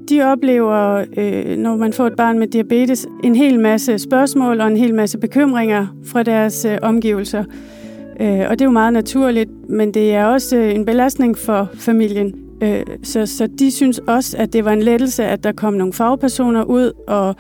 de oplever, når man får et barn med diabetes, en hel masse spørgsmål og en hel masse bekymringer fra deres omgivelser. Og det er jo meget naturligt, men det er også en belastning for familien. Så de synes også, at det var en lettelse, at der kom nogle fagpersoner ud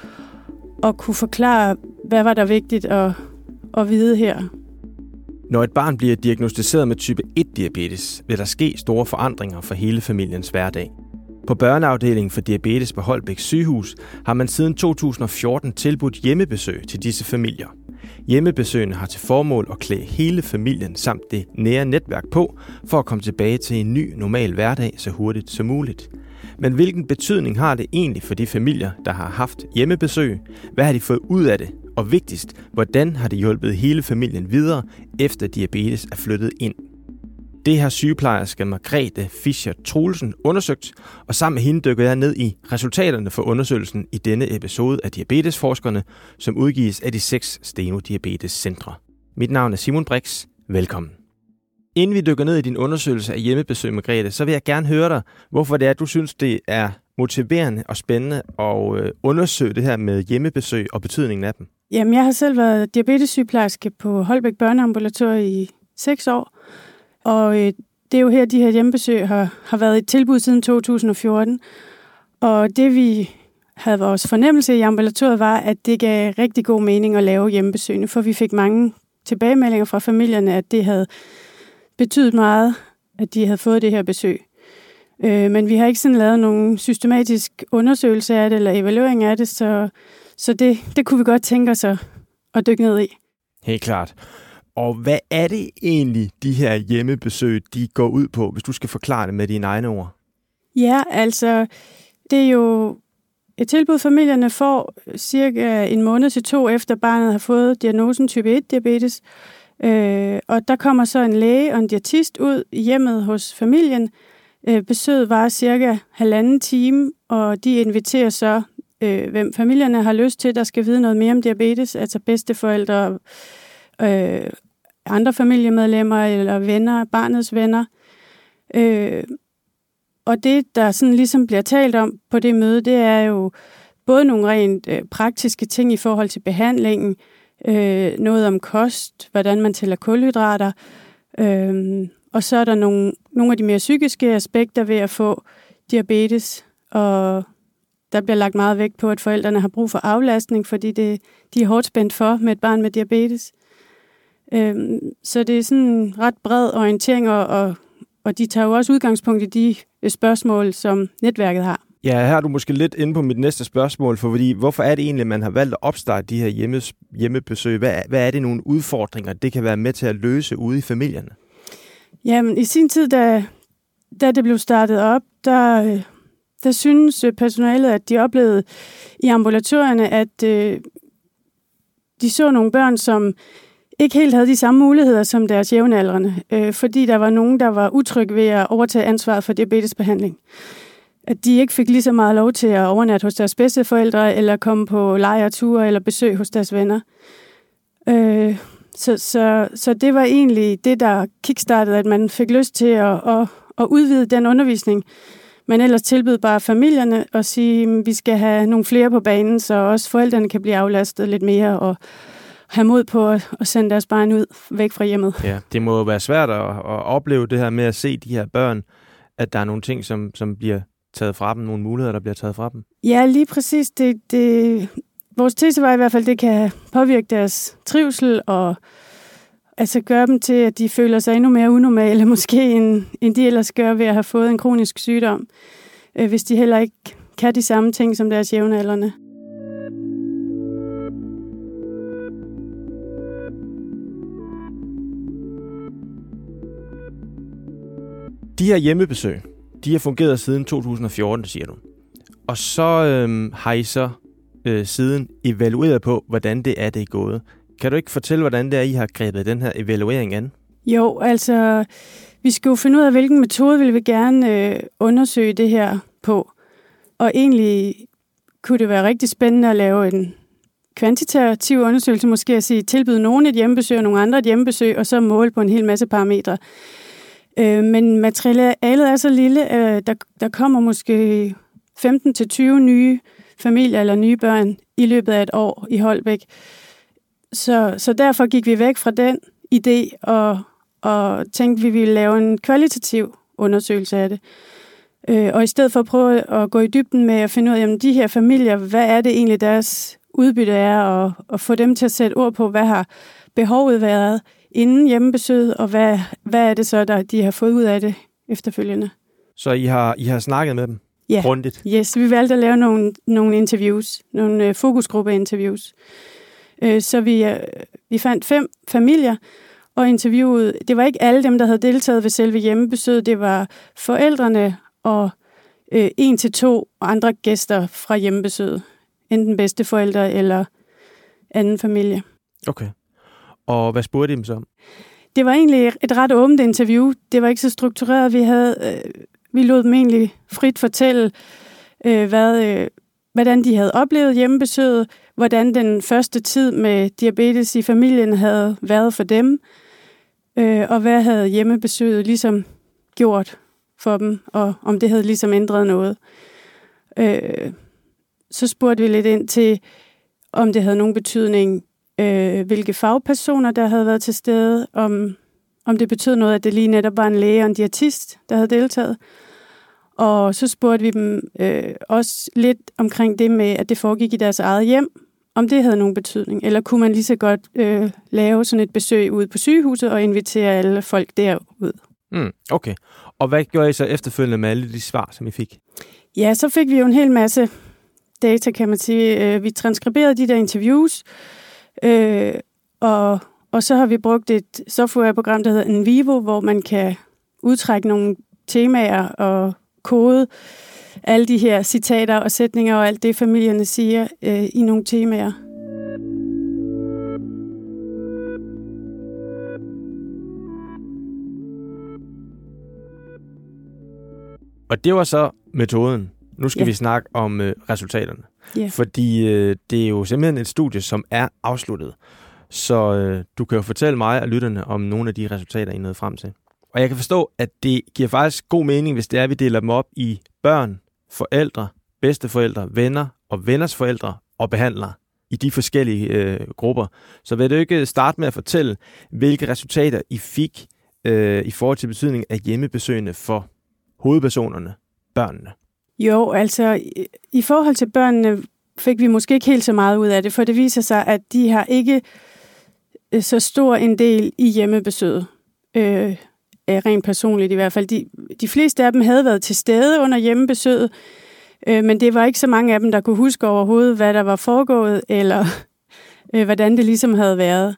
og kunne forklare, hvad var der vigtigt at vide her. Når et barn bliver diagnosticeret med type 1-diabetes, vil der ske store forandringer for hele familiens hverdag. På børneafdelingen for diabetes på Holbæk Sygehus har man siden 2014 tilbudt hjemmebesøg til disse familier. Hjemmebesøgene har til formål at klæde hele familien samt det nære netværk på, for at komme tilbage til en ny normal hverdag så hurtigt som muligt. Men hvilken betydning har det egentlig for de familier, der har haft hjemmebesøg? Hvad har de fået ud af det? Og vigtigst, hvordan har det hjulpet hele familien videre, efter diabetes er flyttet ind? Det har sygeplejerske Margrethe Fischer-Troelsen undersøgt, og sammen med hende dykker jeg ned i resultaterne for undersøgelsen i denne episode af Diabetesforskerne, som udgives af de 6 Steno-diabetescentre. Mit navn er Simon Brix. Velkommen. Inden vi dykker ned i din undersøgelse af hjemmebesøg, Margrethe, så vil jeg gerne høre dig, hvorfor det er, du synes, det er motiverende og spændende at undersøge det her med hjemmebesøg og betydningen af dem. Jamen, jeg har selv været diabetessygeplejerske på Holbæk Børneambulatorium i 6 år, og det er jo her, de her hjemmebesøg har været et tilbud siden 2014. Og det, vi havde vores fornemmelse i ambulatoriet, var, at det gav rigtig god mening at lave hjemmebesøgene, for vi fik mange tilbagemeldinger fra familierne, at det havde betydet meget, at de havde fået det her besøg. Men vi har ikke sådan lavet nogen systematisk undersøgelse af det, eller evaluering af det, så det kunne vi godt tænke os at dykke ned i. Helt klart. Og hvad er det egentlig, de her hjemmebesøg, de går ud på, hvis du skal forklare det med dine egne ord? Ja, altså, det er jo et tilbud, familierne får cirka 1 måned til 2 efter barnet har fået diagnosen type 1-diabetes. Og der kommer så en læge og en diætist ud i hjemmet hos familien. Besøget varer cirka 1,5 time, og de inviterer så, hvem familierne har lyst til, der skal vide noget mere om diabetes, altså bedsteforældre, andre familiemedlemmer eller venner, barnets venner. Og det, der sådan ligesom bliver talt om på det møde, det er jo både nogle rent praktiske ting i forhold til behandlingen, noget om kost, hvordan man tæller kulhydrater, og så er der nogle af de mere psykiske aspekter ved at få diabetes, og der bliver lagt meget vægt på, at forældrene har brug for aflastning, fordi de er hårdt spændt for med et barn med diabetes. Så det er sådan en ret bred orientering, og de tager jo også udgangspunkt i de spørgsmål, som netværket har. Ja, her er du måske lidt inde på mit næste spørgsmål, fordi hvorfor er det egentlig, at man har valgt at opstarte de her hjemmebesøg? Hvad er det nogle udfordringer, det kan være med til at løse ude i familierne? Jamen, i sin tid, da det blev startet op, der synes personalet, at de oplevede i ambulatorierne, at de så nogle børn, som ikke helt havde de samme muligheder som deres jævnaldrende, fordi der var nogen, der var utrygge ved at overtage ansvaret for diabetesbehandling. At de ikke fik lige så meget lov til at overnatte hos deres bedsteforældre, eller komme på lejreture eller besøg hos deres venner. Så det var egentlig det, der kickstartede, at man fik lyst til at udvide den undervisning, man ellers tilbød bare familierne og sige, at vi skal have nogle flere på banen, så også forældrene kan blive aflastet lidt mere og have mod på at sende deres barn ud væk fra hjemmet. Ja, det må jo være svært at opleve det her med at se de her børn, at der er nogle ting, som bliver taget fra dem, nogle muligheder, der bliver taget fra dem. Ja, lige præcis. Vores tese var i hvert fald, det kan påvirke deres trivsel og altså gøre dem til, at de føler sig endnu mere unormale, måske end de ellers gør ved at have fået en kronisk sygdom, hvis de heller ikke kan de samme ting som deres jævnaldrende. De her hjemmebesøg, de har fungeret siden 2014, siger du. Og så har I så siden evalueret på, hvordan det er gået. Kan du ikke fortælle, hvordan det er, I har grebet den her evaluering an? Jo, altså, vi skal jo finde ud af, hvilken metode vil vi gerne undersøge det her på. Og egentlig kunne det være rigtig spændende at lave en kvantitativ undersøgelse, måske at sige, tilbyde nogen et hjemmebesøg og nogle andre et hjemmebesøg, og så måle på en hel masse parametre. Men materialet er så lille, der kommer måske 15-20 nye familier eller nye børn i løbet af et år i Holbæk. Så derfor gik vi væk fra den idé og tænkte, at vi ville lave en kvalitativ undersøgelse af det. Og i stedet for at prøve at gå i dybden med at finde ud af, jamen, de her familier, hvad er det egentlig deres udbytte er, og få dem til at sætte ord på, hvad har behovet været inden hjemmebesøget, og hvad er det så, de har fået ud af det efterfølgende. Så I har snakket med dem? Ja. Grundigt? Yes, vi valgte at lave nogle interviews, nogle fokusgruppe-interviews. Så vi fandt 5 familier og interviewede. Det var ikke alle dem, der havde deltaget ved selve hjemmebesøget. Det var forældrene og 1-2 andre gæster fra hjemmebesøget. Enten bedsteforældre eller anden familie. Okay. Og hvad spurgte I dem så om? Det var egentlig et ret åbent interview. Det var ikke så struktureret. Vi lod dem egentlig frit fortælle, hvordan de havde oplevet hjemmebesøget, hvordan den første tid med diabetes i familien havde været for dem, og hvad havde hjemmebesøget ligesom gjort for dem, og om det havde ligesom ændret noget. Så spurgte vi lidt ind til, om det havde nogen betydning, hvilke fagpersoner, der havde været til stede, om det betød noget, at det lige netop var en læge og en diætist, der havde deltaget. Og så spurgte vi dem også lidt omkring det med, at det foregik i deres eget hjem, om det havde nogen betydning. Eller kunne man lige så godt lave sådan et besøg ude på sygehuset og invitere alle folk derud. Okay. Og hvad gjorde I så efterfølgende med alle de svar, som I fik? Ja, så fik vi jo en hel masse data, kan man sige. Vi transkriberede de der interviews, og så har vi brugt et softwareprogram, der hedder Envivo, hvor man kan udtrække nogle temaer og kode alle de her citater og sætninger og alt det, familierne siger i nogle temaer. Og det var så metoden. Nu skal vi snakke om resultaterne. Yeah. Fordi det er jo simpelthen et studie, som er afsluttet. Så du kan jo fortælle mig og lytterne om nogle af de resultater, I nåede frem til. Og jeg kan forstå, at det giver faktisk god mening, hvis det er, at vi deler dem op i børn, forældre, bedsteforældre, venner og venners forældre og behandlere i de forskellige grupper. Så vil du ikke starte med at fortælle, hvilke resultater I fik i forhold til betydning af hjemmebesøgende for hovedpersonerne, børnene? Jo, altså i forhold til børnene fik vi måske ikke helt så meget ud af det, for det viser sig, at de har ikke så stor en del i hjemmebesøget. Rent personligt i hvert fald. De fleste af dem havde været til stede under hjemmebesøget, men det var ikke så mange af dem, der kunne huske overhovedet, hvad der var foregået, eller hvordan det ligesom havde været.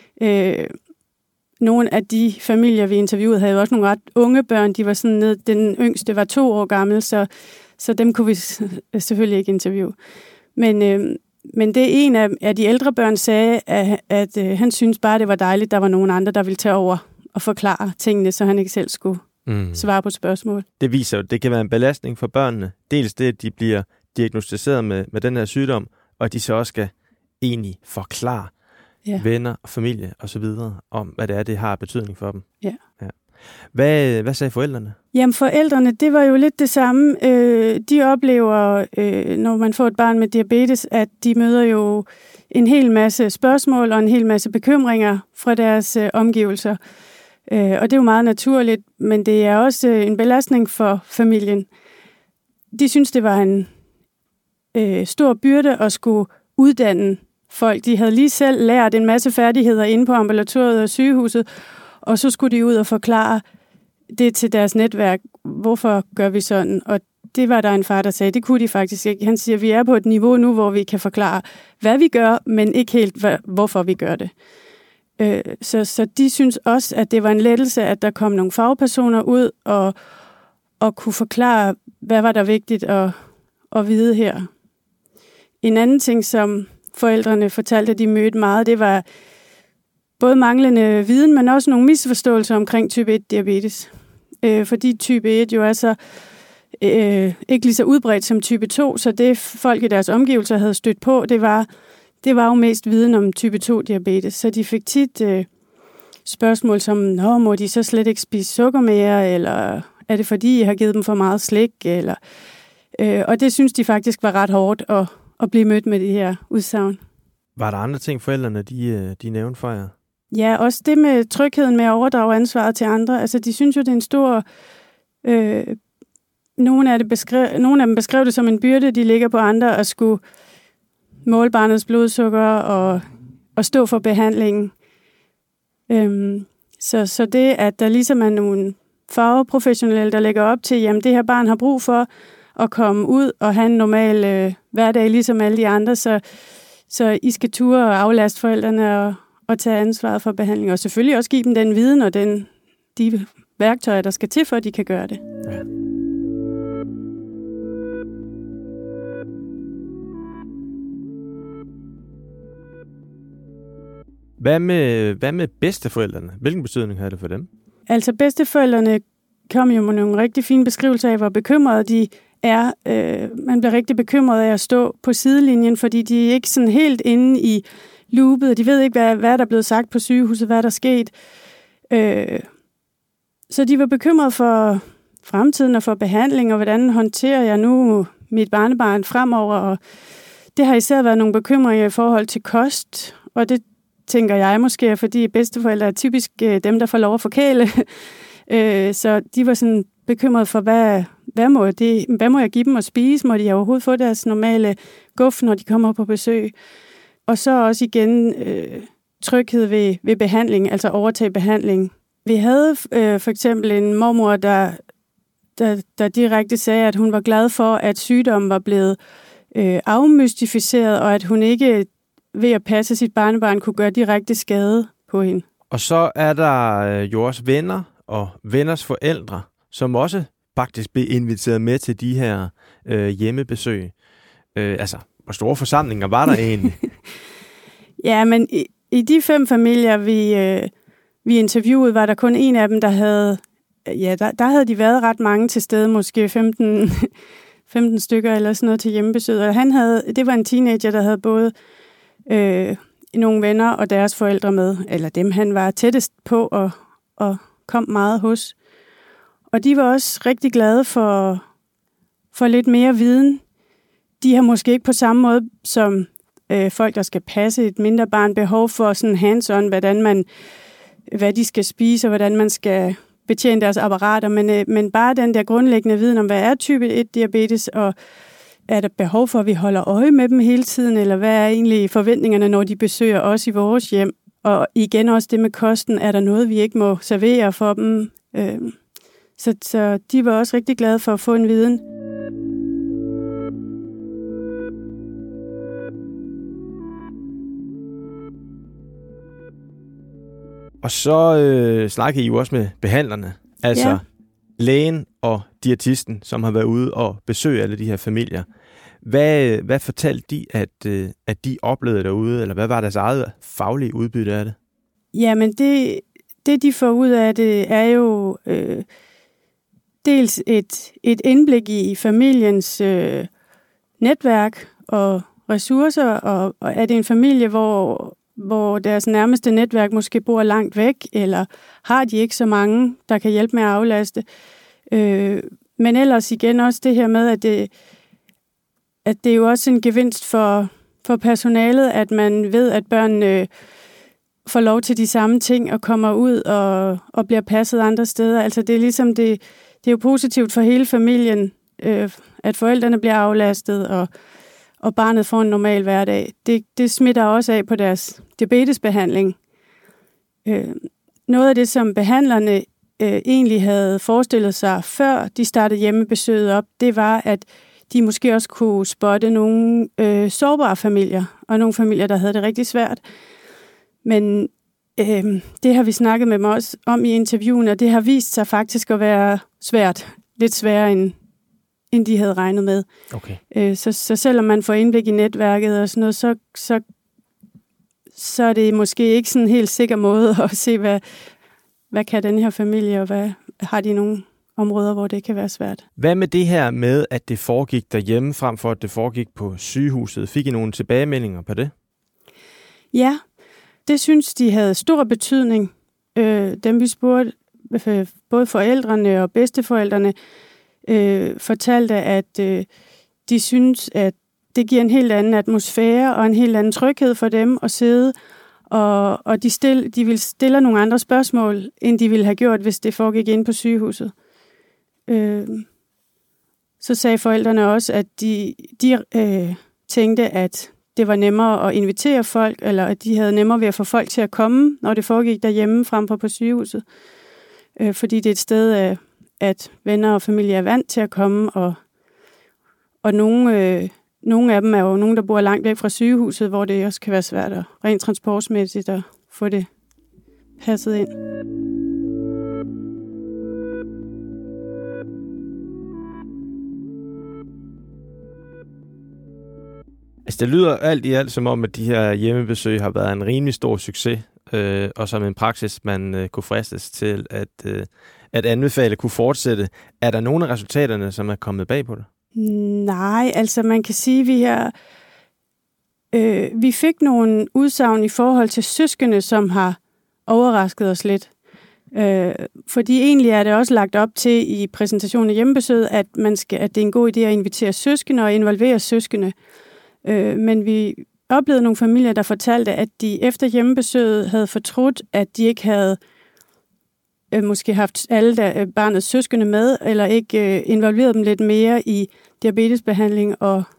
Nogle af de familier, vi interviewede, havde jo også nogle ret unge børn. De var sådan ned, den yngste var 2 år gammel, så dem kunne vi selvfølgelig ikke interviewe. Men det en af de ældre børn sagde, at han syntes bare, det var dejligt, der var nogen andre, der ville tage over og forklare tingene, så han ikke selv skulle svare på spørgsmål. Det viser jo, at det kan være en belastning for børnene. Dels det, at de bliver diagnosticeret med den her sygdom, og at de så også skal egentlig forklare venner og familie og så videre om, hvad det er, det har betydning for dem. Ja. Hvad sagde forældrene? Jamen forældrene, det var jo lidt det samme. De oplever, når man får et barn med diabetes, at de møder jo en hel masse spørgsmål og en hel masse bekymringer fra deres omgivelser. Og det er jo meget naturligt, men det er også en belastning for familien. De synes, det var en stor byrde at skulle uddanne folk. De havde lige selv lært en masse færdigheder inde på ambulatoriet og sygehuset, og så skulle de ud og forklare det til deres netværk. Hvorfor gør vi sådan? Og det var der en far, der sagde, det kunne de faktisk ikke. Han siger, vi er på et niveau nu, hvor vi kan forklare, hvad vi gør, men ikke helt, hvorfor vi gør det. Så de synes også, at det var en lettelse, at der kom nogle fagpersoner ud og kunne forklare, hvad var der vigtigt at vide her. En anden ting, som forældrene fortalte, at de mødte meget, det var både manglende viden, men også nogle misforståelser omkring type 1-diabetes. Fordi type 1 jo er så ikke lige så udbredt som type 2, så det folk i deres omgivelser havde stødt på, det var jo mest viden om type 2-diabetes. Så de fik tit spørgsmål som, må de så slet ikke spise sukker mere, eller er det fordi, I har givet dem for meget slik, eller Og det synes de faktisk var ret hårdt at blive mødt med det her udsagn. Var der andre ting, forældrene de nævnte for jer? Ja, også det med trygheden med at overdrage ansvaret til andre. Altså, de synes jo, det er en stor... Nogle af dem beskrev det som en byrde, de ligger på andre, at skulle måle barnets blodsukker og stå for behandlingen. Så det, at der ligesom er nogle fagprofessionelle, der lægger op til, jamen det her barn har brug for at komme ud og have en normal hverdag, ligesom alle de andre, så I skal ture og aflaste forældrene og tage ansvaret for behandling, og selvfølgelig også give dem den viden og de værktøjer, der skal til, for at de kan gøre det. Ja. Hvad med bedsteforældrene? Hvilken betydning havde det for dem? Altså bedsteforældrene kom jo med nogle rigtig fine beskrivelser af, hvor bekymrede de er. Man bliver rigtig bekymret af at stå på sidelinjen, fordi de er ikke sådan helt inde i loopet, og de ved ikke, hvad der er blevet sagt på sygehuset, hvad der er sket. Så de var bekymrede for fremtiden og for behandling, og hvordan håndterer jeg nu mit barnebarn fremover. Og det har især været nogle bekymringer i forhold til kost, og det tænker jeg måske, fordi bedsteforældre er typisk dem, der får lov at forkæle. Så de var sådan bekymrede for, hvad må jeg give dem at spise? Må de overhovedet få deres normale guf, når de kommer på besøg? Og så også igen tryghed ved behandling, altså overtage behandling. Vi havde for eksempel en mormor, der direkte sagde, at hun var glad for, at sygdommen var blevet afmystificeret, og at hun ikke ved at passe sit barnebarn kunne gøre direkte skade på hende. Og så er der jo også venner og venners forældre, som også faktisk blev inviteret med til de her hjemmebesøg. Altså, hvor store forsamlinger var der egentlig? Ja, men i de 5 familier, vi interviewede, var der kun en af dem, der havde... Ja, der havde de været ret mange til stede, måske 15 stykker eller sådan noget til hjemmebesøg. Og det var en teenager, der havde både nogle venner og deres forældre med, eller dem han var tættest på og kom meget hos. Og de var også rigtig glade for lidt mere viden. De har måske ikke på samme måde som folk, der skal passe et mindre barn, behov for sådan hands-on, hvad de skal spise og hvordan man skal betjene deres apparater, men bare den der grundlæggende viden om, hvad er type 1 diabetes, og er der behov for, at vi holder øje med dem hele tiden, eller hvad er egentlig forventningerne, når de besøger os i vores hjem? Og igen også det med kosten, er der noget, vi ikke må servere for dem? Så de var også rigtig glade for at få en viden. Og så snakker I jo også med behandlerne, altså lægen og diætisten, som har været ude og besøge alle de her familier. Hvad fortalte de, at de oplevede derude, eller hvad var deres eget faglige udbytte af det? Jamen, det de får ud af det, er jo dels et indblik i familiens netværk og ressourcer, og er det en familie, hvor deres nærmeste netværk måske bor langt væk, eller har de ikke så mange, der kan hjælpe med at aflaste. Men ellers igen også det her med, at det er jo også en gevinst for personalet, at man ved, at børnene får lov til de samme ting og kommer ud og bliver passet andre steder. Altså det er ligesom det er jo positivt for hele familien, at forældrene bliver aflastet, og barnet får en normal hverdag. Det smitter også af på deres diabetesbehandling. Noget af det, som behandlerne egentlig havde forestillet sig, før de startede hjemmebesøget op, det var, at de måske også kunne spotte nogle sårbare familier, og nogle familier, der havde det rigtig svært. Men det har vi snakket med dem også om i interviewen, og det har vist sig faktisk at være svært. Lidt sværere, end de havde regnet med. Okay. Så selvom man får indblik i netværket og sådan noget, så er det måske ikke sådan en helt sikker måde at se, hvad kan den her familie, og hvad har de nogle områder, hvor det kan være svært. Hvad med det her med, at det foregik derhjemme, frem for at det foregik på sygehuset? Fik I nogle tilbagemeldinger på det? Ja, det synes de havde stor betydning. Dem vi spurgte, både forældrene og bedsteforældrene, fortalte, at de synes, at det giver en helt anden atmosfære og en helt anden tryghed for dem at sidde, og de vil stille nogle andre spørgsmål, end de ville have gjort, hvis det foregik inde på sygehuset. Så sagde forældrene også, at de tænkte, at det var nemmere at invitere folk, eller at de havde nemmere ved at få folk til at komme, når det foregik derhjemme frem for på sygehuset. Fordi det er et sted, at venner og familie er vant til at komme, og nogle af dem er jo nogen, der bor langt væk fra sygehuset, hvor det også kan være svært at rent transportmæssigt at få det passet ind. Altså, det lyder alt i alt som om, at de her hjemmebesøg har været en rimelig stor succes, og som en praksis, man kunne fristes til at anbefale kunne fortsætte. Er der nogle af resultaterne, som er kommet bag på det? Nej, altså man kan sige, at vi fik nogle udsagn i forhold til søskende, som har overrasket os lidt. Fordi egentlig er det også lagt op til i præsentationen af hjemmebesøget, at det er en god idé at invitere søskende og involvere søskende. Men vi oplevede nogle familier, der fortalte, at de efter hjemmebesøget havde fortrudt, at de ikke havde måske haft alle barnets søskende med, eller ikke involveret dem lidt mere i diabetesbehandling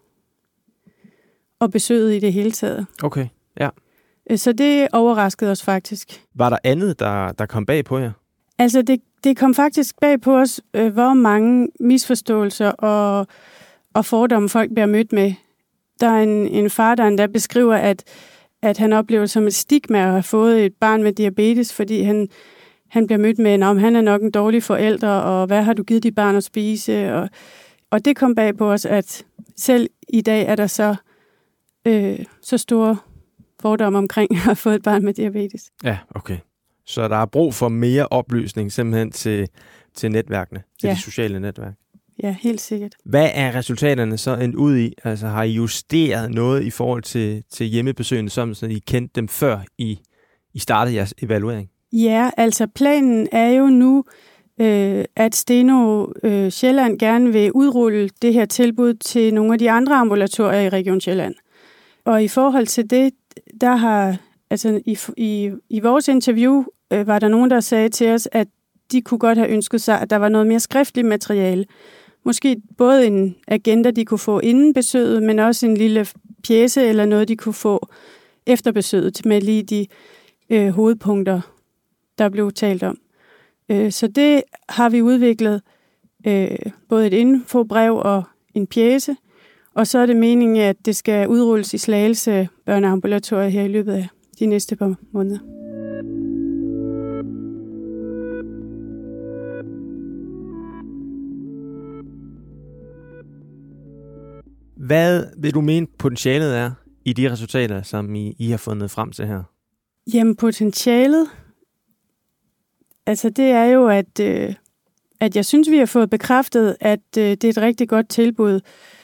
og besøget i det hele taget. Okay, ja. Så det overraskede os faktisk. Var der andet, der kom bag på jer? Altså, det kom faktisk bag på os, hvor mange misforståelser og fordomme folk bliver mødt med. Der er en far, der endda beskriver, at han oplever som et stigma at have fået et barn med diabetes, fordi han bliver mødt med, om han er nok en dårlig forælder, og hvad har du givet dit barn at spise? Og det kom bag på os, at selv i dag er der så store fordomme omkring at have fået et barn med diabetes. Ja, okay. Så der er brug for mere oplysning simpelthen til netværkene, til de sociale netværk. Ja, helt sikkert. Hvad er resultaterne så endt ud i? Altså har I justeret noget i forhold til hjemmebesøgene, som I kendte dem før I startede jeres evaluering? Ja, altså planen er jo nu, at Steno Sjælland gerne vil udrulle det her tilbud til nogle af de andre ambulatorier i Region Sjælland. Og i forhold til det, der har, altså i vores interview, var der nogen, der sagde til os, at de kunne godt have ønsket sig, at der var noget mere skriftligt materiale. Måske både en agenda, de kunne få inden besøget, men også en lille pjece eller noget, de kunne få efter besøget med lige de hovedpunkter, der blev talt om. Så det har vi udviklet, både et infobrev og en pjece, og så er det meningen, at det skal udrulles i Slagelse børneambulatoriet her i løbet af de næste par måneder. Hvad vil du mene potentialet er i de resultater, som I har fundet frem til her? Jamen potentialet, altså det er jo, at jeg synes, vi har fået bekræftet, at det er et rigtig godt tilbud,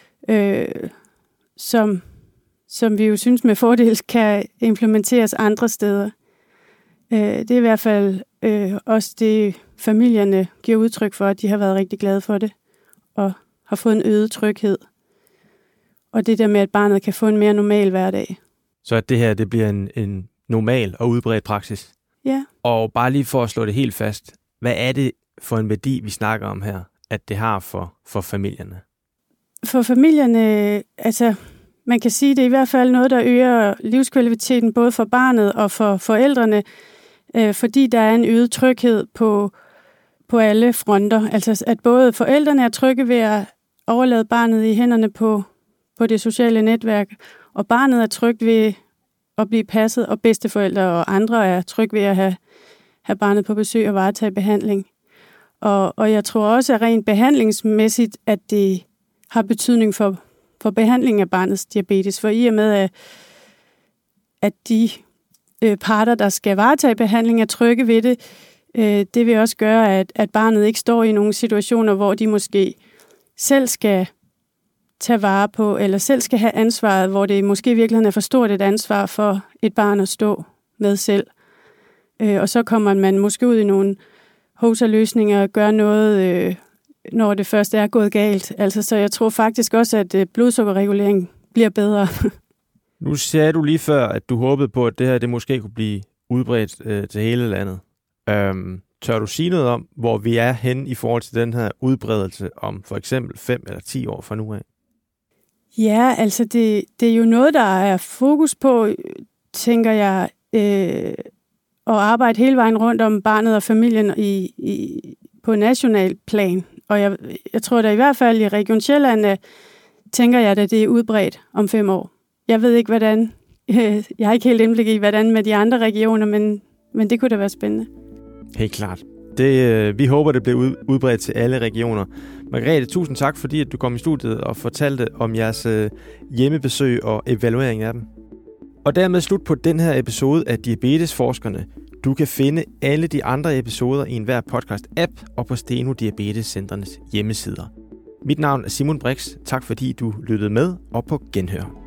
som vi jo synes med fordel kan implementeres andre steder. Det er i hvert fald også det, familierne giver udtryk for, at de har været rigtig glade for det, og har fået en øget tryghed. Og det der med, at barnet kan få en mere normal hverdag. Så at det her, det bliver en normal og udbredt praksis? Ja. Og bare lige for at slå det helt fast, hvad er det for en værdi, vi snakker om her, at det har for familierne? For familierne, altså man kan sige, det er i hvert fald noget, der øger livskvaliteten både for barnet og for forældrene, fordi der er en øget tryghed på alle fronter. Altså at både forældrene er trygge ved at overlade barnet i hænderne på det sociale netværk, og barnet er trygt ved at blive passet, og bedsteforældre og andre er trygge ved at have barnet på besøg og varetage behandling. Og jeg tror også, at rent behandlingsmæssigt, at det har betydning for behandling af barnets diabetes, for i og med, at de parter, der skal varetage behandling, er trygge ved det, det vil også gøre, at barnet ikke står i nogle situationer, hvor de måske selv skal tage vare på, eller selv skal have ansvaret, hvor det måske i virkeligheden er for stort et ansvar for et barn at stå med selv. Og så kommer man måske ud i nogle hovsaløsninger og gør noget når det først er gået galt. Altså, så jeg tror faktisk også, at blodsukkerregulering bliver bedre. Nu sagde du lige før, at du håbede på, at det her det måske kunne blive udbredt til hele landet. Tør du sige noget om, hvor vi er henne i forhold til den her udbredelse om for eksempel 5 eller 10 år fra nu af? Ja, altså det er jo noget, der er fokus på, tænker jeg, at arbejde hele vejen rundt om barnet og familien på national plan. Og jeg tror da i hvert fald i Region Sjælland, tænker jeg, at det er udbredt om 5 år. Jeg ved ikke, hvordan. Jeg har ikke helt indblik i, hvordan med de andre regioner, men det kunne da være spændende. Helt klart. Vi håber, det bliver udbredt til alle regioner. Margrethe, tusind tak, fordi at du kom i studiet og fortalte om jeres hjemmebesøg og evaluering af dem. Og dermed slut på den her episode af Diabetesforskerne. Du kan finde alle de andre episoder i enhver podcast-app og på Steno Diabetescentrenes hjemmesider. Mit navn er Simon Brix. Tak fordi du lyttede med, og på genhør.